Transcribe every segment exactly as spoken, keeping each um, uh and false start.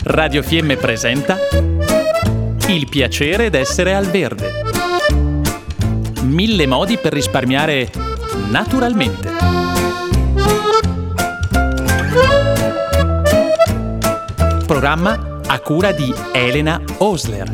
Radio Fiemme presenta Il piacere d'essere al verde. Mille modi per risparmiare naturalmente. Programma a cura di Elena Osler.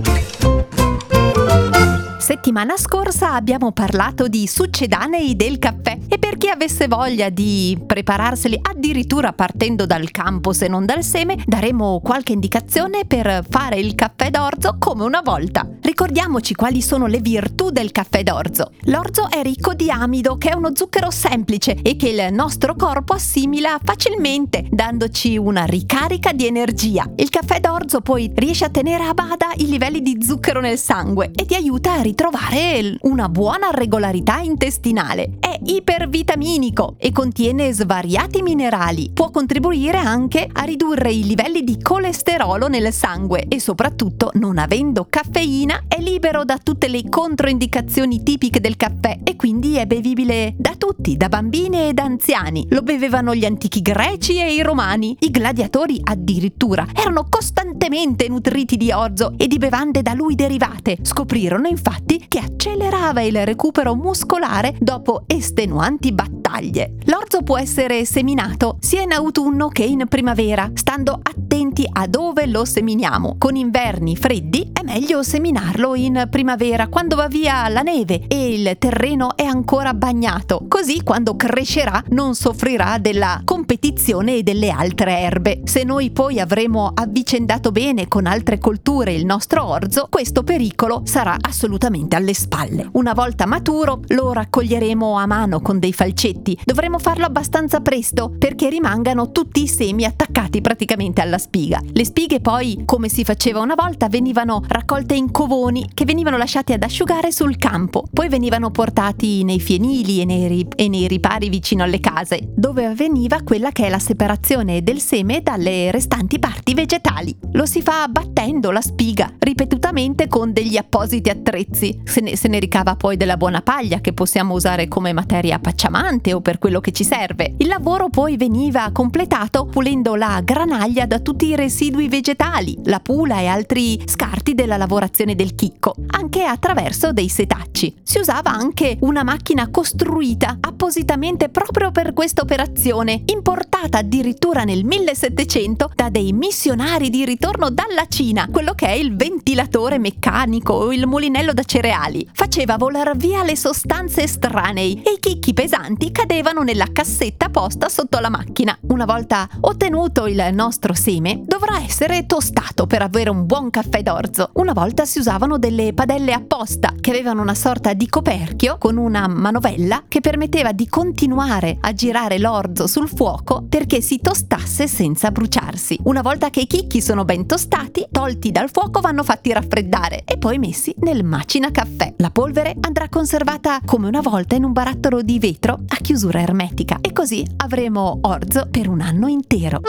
Settimana scorsa abbiamo parlato di succedanei del caffè e per chi avesse voglia di prepararseli addirittura partendo dal campo se non dal seme, daremo qualche indicazione per fare il caffè d'orzo come una volta. Ricordiamoci quali sono le virtù del caffè d'orzo. L'orzo è ricco di amido, che è uno zucchero semplice e che il nostro corpo assimila facilmente, dandoci una ricarica di energia. Il caffè d'orzo poi riesce a tenere a bada i livelli di zucchero nel sangue e ti aiuta a ritrovare una buona regolarità intestinale. È ipervitaminico e contiene svariati minerali. Può contribuire anche a ridurre i livelli di colesterolo nel sangue e soprattutto, non avendo caffeina, è libero da tutte le controindicazioni tipiche del caffè e quindi è bevibile da tutti, da bambini e da anziani. Lo bevevano gli antichi greci e i romani. I gladiatori addirittura erano costantemente nutriti di orzo e di bevande da lui derivate. Scoprirono infatti che accelerava il recupero muscolare dopo estenuanti battaglie. L'orzo può essere seminato sia in autunno che in primavera, stando attenti a dove lo seminiamo. Con inverni freddi è meglio seminarlo in primavera, quando va via la neve e il terreno è ancora bagnato. Così quando crescerà non soffrirà della competizione e delle altre erbe. Se noi poi avremo avvicendato bene con altre colture il nostro orzo, questo pericolo sarà assolutamente alle spalle. Una volta maturo lo raccoglieremo a mano con dei falcetti. Dovremo farlo abbastanza presto perché rimangano tutti i semi attaccati praticamente alla spiga. Le spighe poi, come si faceva una volta, venivano raccolte in covoni che venivano lasciati ad asciugare sul campo. Poi venivano portati nei fienili e nei, ri- e nei ripari vicino alle case, dove avveniva quella che è la separazione del seme dalle restanti parti vegetali. Lo si fa battendo la spiga ripetutamente con degli appositi attrezzi. Se ne, se ne ricava poi della buona paglia che possiamo usare come materia pacciamante o per quello che ci serve. Il lavoro poi veniva completato pulendo la granaglia da tutti i residui vegetali, la pula e altri scarti della lavorazione del chicco, anche attraverso dei setacci. Si usava anche una macchina costruita appositamente proprio per questa operazione, importata addirittura nel millesettecento da dei missionari di ritorno dalla Cina, quello che è il ventilatore meccanico o il mulinello da cereali. Faceva volar via le sostanze estranei e i chicchi pesanti cadevano nella cassetta posta sotto la macchina. Una volta ottenuto il nostro seme, dovrà essere tostato per avere un buon caffè d'orzo. Una volta si usavano delle padelle apposta che avevano una sorta di coperchio con una manovella che permetteva di continuare a girare l'orzo sul fuoco perché si tostasse senza bruciarsi. Una volta che i chicchi sono ben tostati, tolti dal fuoco, vanno fatti raffreddare e poi messi nel macina caffè. La polvere andrà conservata come una volta in un barattolo di vetro a chiusura ermetica e così avremo orzo per un anno intero.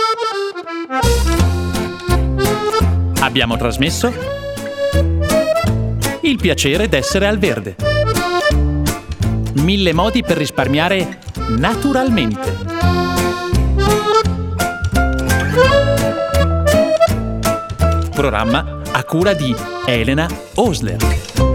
Abbiamo trasmesso Il piacere d'essere al verde. Mille modi per risparmiare naturalmente. Programma a cura di Elena Osler.